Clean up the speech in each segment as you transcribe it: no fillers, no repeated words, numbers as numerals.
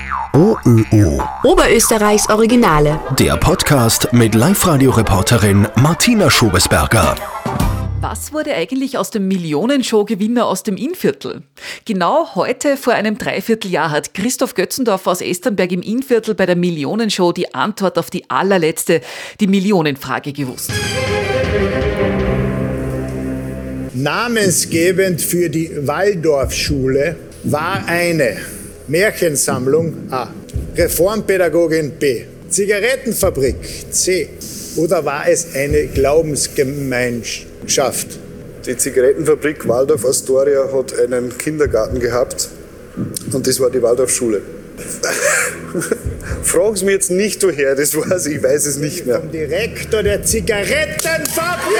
OÖO. Oberösterreichs Originale. Der Podcast mit Live-Radio-Reporterin Martina Schobesberger. Was wurde eigentlich aus dem Millionenshow-Gewinner aus dem Innviertel? Genau heute vor einem Dreivierteljahr hat Christoph Götzendorfer aus Esternberg im Innviertel bei der Millionenshow die Antwort auf die allerletzte, die Millionenfrage gewusst. Namensgebend für die Waldorfschule war eine Märchensammlung A, Reformpädagogin B, Zigarettenfabrik C oder war es eine Glaubensgemeinschaft? Die Zigarettenfabrik Waldorf Astoria hat einen Kindergarten gehabt und das war die Waldorfschule. Fragen Sie mich jetzt nicht woher, das weiß ich weiß es nicht mehr. Vom Direktor der Zigarettenfabrik!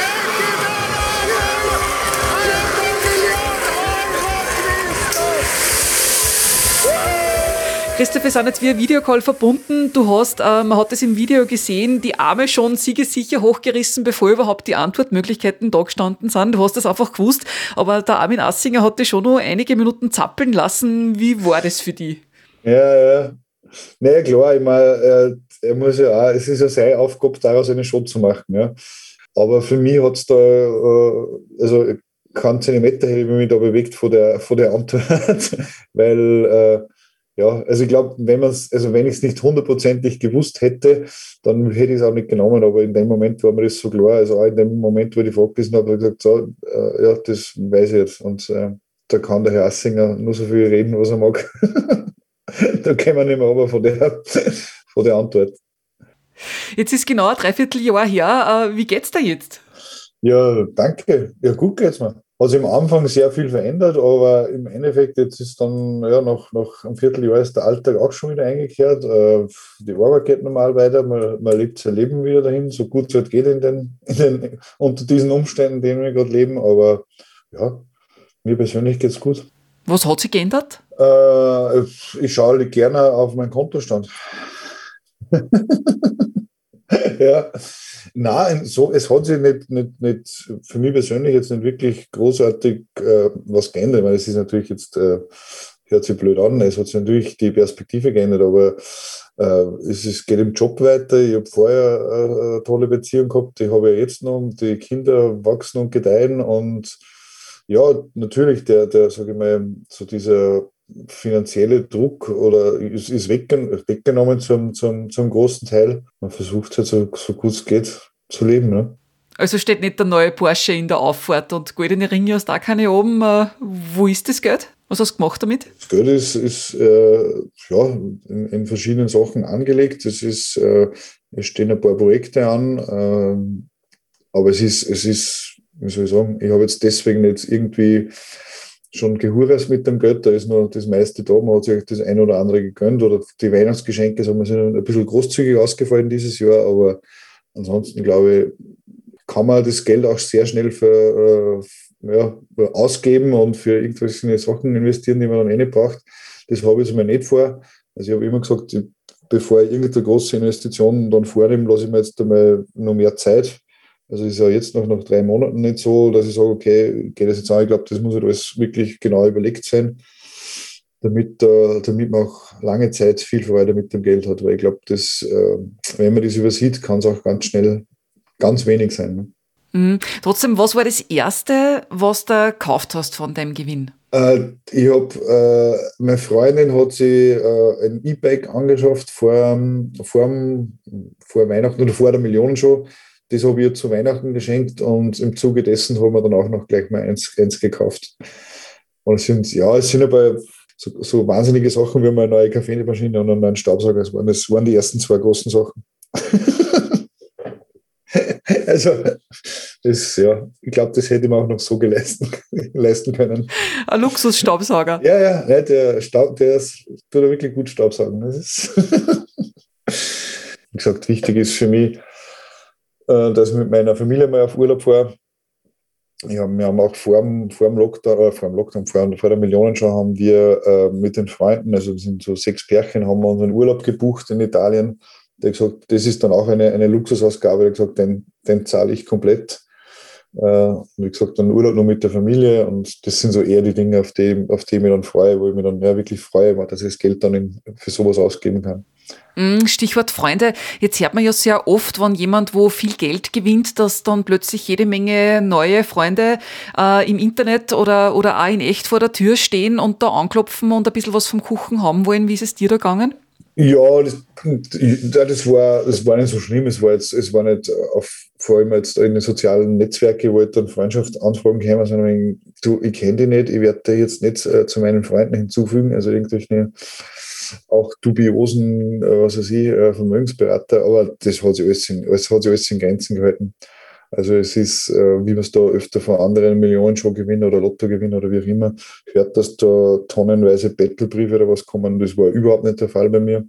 Christoph, wir sind jetzt via Videocall verbunden. Du hast, man hat es im Video gesehen, die Arme schon siegessicher hochgerissen, bevor überhaupt die Antwortmöglichkeiten da gestanden sind. Du hast das einfach gewusst. Aber der Armin Assinger hat dich schon noch einige Minuten zappeln lassen. Wie war das für dich? Ja. Naja, klar, ich meine, er muss ja auch, es ist ja seine Aufgabe, daraus eine Show zu machen. Ja. Aber für mich hat es da, also keinen Zentimeter hätte ich mich da bewegt von der Antwort, weil, ja, also ich glaube, wenn ich es nicht hundertprozentig gewusst hätte, dann hätte ich es auch nicht genommen, aber in dem Moment war mir das so klar, also auch in dem Moment, wo ich die Frage gelesen habe, habe ich gesagt, so, ja, das weiß ich jetzt und da kann der Herr Assinger nur so viel reden, was er mag. Da kommen wir nicht mehr runter von der Antwort. Jetzt ist genau ein Dreivierteljahr her, wie geht's dir jetzt? Ja, danke, ja gut geht's mir. Hat sich am Anfang sehr viel verändert, aber im Endeffekt jetzt ist dann, ja, nach einem Vierteljahr ist der Alltag auch schon wieder eingekehrt. Die Arbeit geht normal weiter, man lebt sein Leben wieder dahin, so gut es halt geht unter diesen Umständen, in denen wir gerade leben. Aber ja, mir persönlich geht's gut. Was hat sich geändert? Ich schaue gerne auf meinen Kontostand. Ja. Nein, so, es hat sich nicht für mich persönlich jetzt nicht wirklich großartig was geändert, weil es ist natürlich jetzt, hört sich blöd an, es hat sich natürlich die Perspektive geändert, aber geht im Job weiter. Ich habe vorher eine tolle Beziehung gehabt, die habe ich jetzt noch und die Kinder wachsen und gedeihen und ja, natürlich sage ich mal, so dieser finanzielle Druck oder ist weggenommen zum großen Teil. Man versucht halt so gut es geht zu leben. Ne? Also steht nicht der neue Porsche in der Auffahrt und goldene Ringe hast da keine oben. Wo ist das Geld? Was hast du gemacht damit? Das Geld ist in verschiedenen Sachen angelegt. Es stehen ein paar Projekte an, aber es ist, wie soll ich sagen, ich habe jetzt deswegen nicht irgendwie schon gehurert mit dem Geld, da ist noch das meiste da, man hat sich das ein oder andere gegönnt oder die Weihnachtsgeschenke sind ein bisschen großzügig ausgefallen dieses Jahr, aber ansonsten glaube ich, kann man das Geld auch sehr schnell ausgeben und für irgendwelche Sachen investieren, die man dann nicht braucht. Das habe ich jetzt mal nicht vor. Also ich habe immer gesagt, bevor ich irgendeine große Investition dann vornehme, lasse ich mir jetzt einmal noch mehr Zeit. Also ist ja jetzt noch nach 3 Monaten nicht so, dass ich sage, okay, geht das jetzt an? Ich glaube, das muss halt alles wirklich genau überlegt sein, damit man auch lange Zeit viel Freude mit dem Geld hat. Weil ich glaube, wenn man das übersieht, kann es auch ganz schnell ganz wenig sein. Ne? Mhm. Trotzdem, was war das Erste, was du gekauft hast von deinem Gewinn? Meine Freundin hat sich ein E-Bike angeschafft vor Weihnachten oder vor der Millionenshow. Das habe ich ihr zu Weihnachten geschenkt und im Zuge dessen haben wir dann auch noch gleich mal eins gekauft. Und es sind aber so wahnsinnige Sachen wie eine neue Kaffeemaschine und einen neuen Staubsauger. Das waren die ersten 2 großen Sachen. Also, ich glaube, das hätte man auch noch so leisten können. Ein Luxusstaubsauger. Ja, der tut wirklich gut Staubsaugen. Das ist wie gesagt, wichtig ist für mich, dass ich mit meiner Familie mal auf Urlaub fahre. Wir haben auch vor der Millionenshow haben wir mit den Freunden, also wir sind so 6 Pärchen, haben wir unseren Urlaub gebucht in Italien. Der hat gesagt, das ist dann auch eine Luxusausgabe. Der hat gesagt, den zahle ich komplett. Wie gesagt, dann Urlaub noch mit der Familie und das sind so eher die Dinge, auf die ich mich dann freue, wo ich mich dann wirklich freue, dass ich das Geld dann für sowas ausgeben kann. Stichwort Freunde. Jetzt hört man ja sehr oft, wenn jemand wo viel Geld gewinnt, dass dann plötzlich jede Menge neue Freunde im Internet oder auch in echt vor der Tür stehen und da anklopfen und ein bisschen was vom Kuchen haben wollen. Wie ist es dir da gegangen? Ja, das war nicht so schlimm. Es war nicht vor allem jetzt in den sozialen Netzwerken, wo ich dann Freundschaftsanfragen kämen, sondern du, ich kenne dich nicht, ich werde dich jetzt nicht zu meinen Freunden hinzufügen, also irgendwelche auch dubiosen, was weiß ich, Vermögensberater, aber das hat sich alles in Grenzen gehalten. Also es ist, wie man es da öfter von anderen Millionen schon gewinnen oder Lotto gewinnen oder wie auch immer, hört, dass da tonnenweise Battlebriefe oder was kommen. Das war überhaupt nicht der Fall bei mir.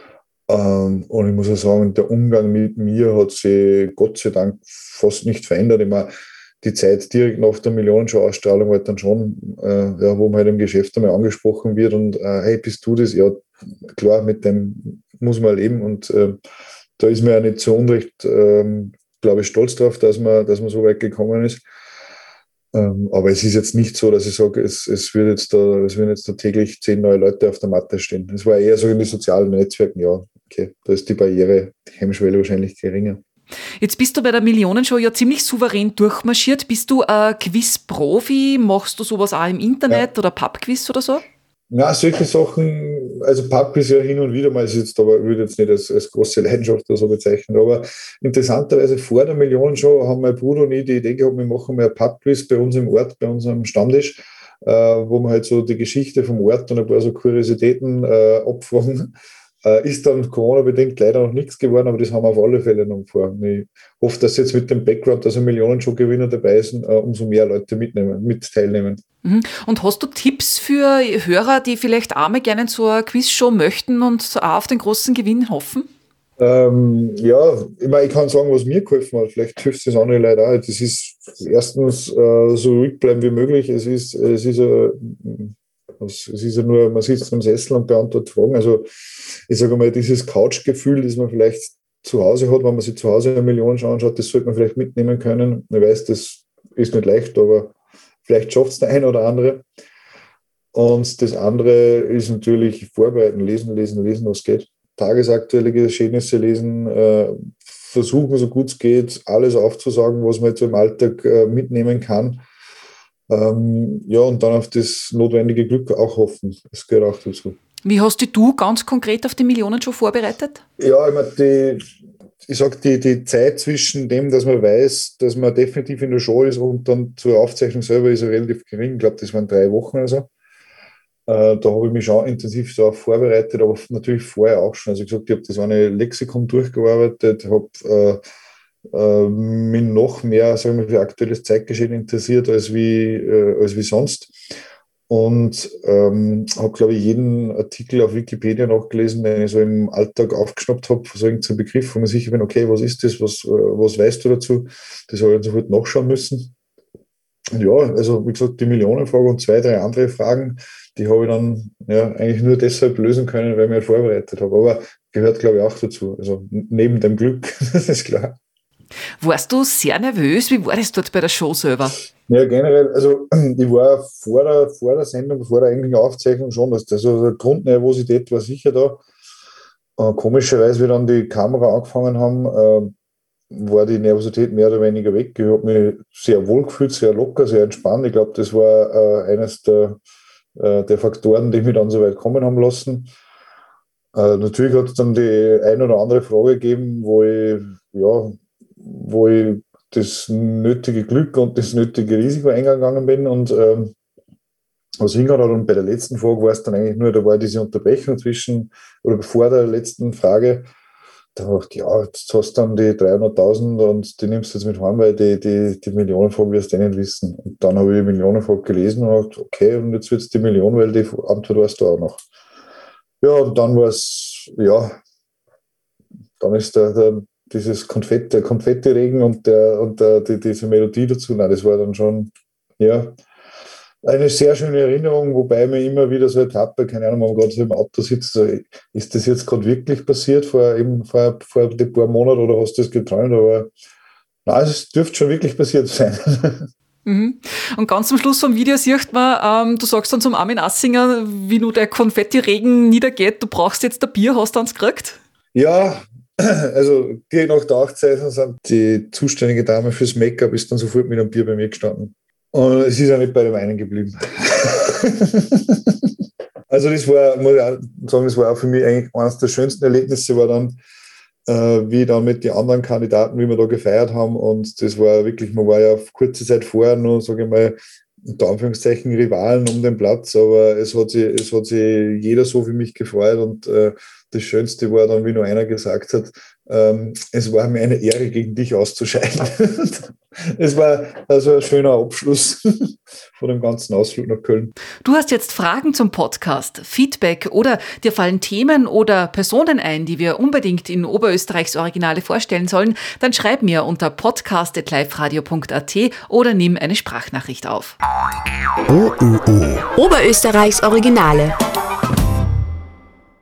Und ich muss auch sagen, der Umgang mit mir hat sich Gott sei Dank fast nicht verändert. Ich meine, die Zeit direkt nach der Millionenshow-Ausstrahlung war dann schon, wo man halt im Geschäft einmal angesprochen wird und hey, bist du das? Ja, klar, mit dem muss man leben und da ist mir ja nicht zu Unrecht, glaube ich, stolz drauf, dass man so weit gekommen ist. Aber es ist jetzt nicht so, dass ich sage, es würden jetzt da täglich 10 neue Leute auf der Matte stehen. Es war eher so in den sozialen Netzwerken, ja, okay, da ist die Hemmschwelle wahrscheinlich geringer. Jetzt bist du bei der Millionenshow ja ziemlich souverän durchmarschiert. Bist du ein Quiz-Profi? Machst du sowas auch im Internet oder Pub-Quiz oder so? Ja, solche Sachen, also Pub-Quiz ja hin und wieder mal, ist jetzt aber, würde jetzt nicht als große Leidenschaft oder so bezeichnen, aber interessanterweise vor der Millionenshow haben mein Bruder und ich die Idee gehabt, wir machen mal ein Pub-Quiz bei uns im Ort, bei unserem Stammtisch, wo wir halt so die Geschichte vom Ort und ein paar so Kuriositäten abfragen. Ist dann Corona-bedingt leider noch nichts geworden, aber das haben wir auf alle Fälle noch vor. Ich hoffe, dass jetzt mit dem Background, dass ein Millionenshow-Gewinner dabei sind, umso mehr Leute mit teilnehmen. Und hast du Tipps für Hörer, die vielleicht auch mal gerne in so eine Quizshow möchten und auch auf den großen Gewinn hoffen? Ja, ich kann sagen, was mir geholfen hat. Vielleicht hilft es andere Leute auch. Das ist erstens so ruhig bleiben wie möglich. Es ist ja nur, man sitzt im Sessel und beantwortet Fragen. Also ich sage mal, dieses Couch-Gefühl, das man vielleicht zu Hause hat, wenn man sich zu Hause eine Million anschaut, das sollte man vielleicht mitnehmen können. Ich weiß, das ist nicht leicht, aber vielleicht schafft es der eine oder andere. Und das andere ist natürlich vorbereiten, lesen, was geht. Tagesaktuelle Geschehnisse lesen, versuchen, so gut es geht, alles aufzusagen, was man jetzt so im Alltag mitnehmen kann. Ja, und dann auf das notwendige Glück auch hoffen. Das gehört auch dazu. Wie hast du ganz konkret auf die Millionenshow vorbereitet? Ja, ich sage, die Zeit zwischen dem, dass man weiß, dass man definitiv in der Show ist und dann zur Aufzeichnung selber ist relativ gering. Ich glaube, das waren 3 Wochen oder so. Da habe ich mich schon intensiv darauf vorbereitet, aber natürlich vorher auch schon. Also ich habe das eine Lexikon durchgearbeitet, habe mich noch mehr, sagen wir, für aktuelles Zeitgeschehen interessiert als wie sonst. Und habe, glaube ich, jeden Artikel auf Wikipedia nachgelesen, den ich so im Alltag aufgeschnappt habe, so irgendein Begriff, wo man sicher bin, okay, was ist das, was weißt du dazu? Das habe ich dann sofort nachschauen müssen. Und ja, also wie gesagt, die Millionenfrage und 2, 3 andere Fragen, die habe ich dann eigentlich nur deshalb lösen können, weil ich mich vorbereitet habe. Aber gehört, glaube ich, auch dazu. Also neben dem Glück, das ist klar. Warst du sehr nervös? Wie war das dort bei der Show selber? Ja, generell, also ich war vor der Sendung, vor der eigentlichen Aufzeichnung schon, also die Grundnervosität war sicher da. Komischerweise, wie dann die Kamera angefangen haben, war die Nervosität mehr oder weniger weg. Ich habe mich sehr wohl gefühlt, sehr locker, sehr entspannt. Ich glaube, das war eines der Faktoren, die mich dann so weit kommen haben lassen. Natürlich hat es dann die ein oder andere Frage gegeben, wo ich das nötige Glück und das nötige Risiko eingegangen bin. Und was hingehört hat, und bei der letzten Frage war es dann eigentlich nur, da war diese Unterbrechung vor der letzten Frage. Da dachte ich, ja, jetzt hast du dann die 300.000 und die nimmst du jetzt mit heim, weil die Millionenfrage wirst du nicht wissen. Und dann habe ich die Millionenfrage gelesen und gedacht, okay, und jetzt wird es die Million, weil die Antwort weißt du auch noch. Ja, und dann war es, dann ist dieses Konfettiregen und diese Melodie dazu, nein, das war dann schon, eine sehr schöne Erinnerung, wobei mir immer wieder so Etappe, keine Ahnung, wenn man gerade so im Auto sitzt, so, ist das jetzt gerade wirklich passiert vor ein paar Monaten oder hast du das geträumt? Aber Nein, es dürfte schon wirklich passiert sein. Mhm. Und ganz zum Schluss vom Video sieht man, du sagst dann zum Armin Assinger, wie nur der Konfettiregen niedergeht, du brauchst jetzt ein Bier, hast du eins gekriegt? Ja, also direkt nach der Aufzeichnung sind die zuständige Dame fürs Make-up ist dann sofort mit einem Bier bei mir gestanden. Und es ist ja nicht bei dem einen geblieben. Also das war, muss ich auch sagen, das war auch für mich eigentlich eines der schönsten Erlebnisse, war dann, wie dann mit den anderen Kandidaten, wie wir da gefeiert haben. Und das war wirklich, man war ja kurze Zeit vorher noch, sage ich mal, unter Anführungszeichen Rivalen um den Platz, aber es hat sich jeder so für mich gefreut und das Schönste war dann, wie nur einer gesagt hat, es war mir eine Ehre, gegen dich auszuscheiden. Es war also ein schöner Abschluss von dem ganzen Ausflug nach Köln. Du hast jetzt Fragen zum Podcast, Feedback oder dir fallen Themen oder Personen ein, die wir unbedingt in Oberösterreichs Originale vorstellen sollen, dann schreib mir unter podcast@liveradio.at oder nimm eine Sprachnachricht auf. Oberösterreichs Originale.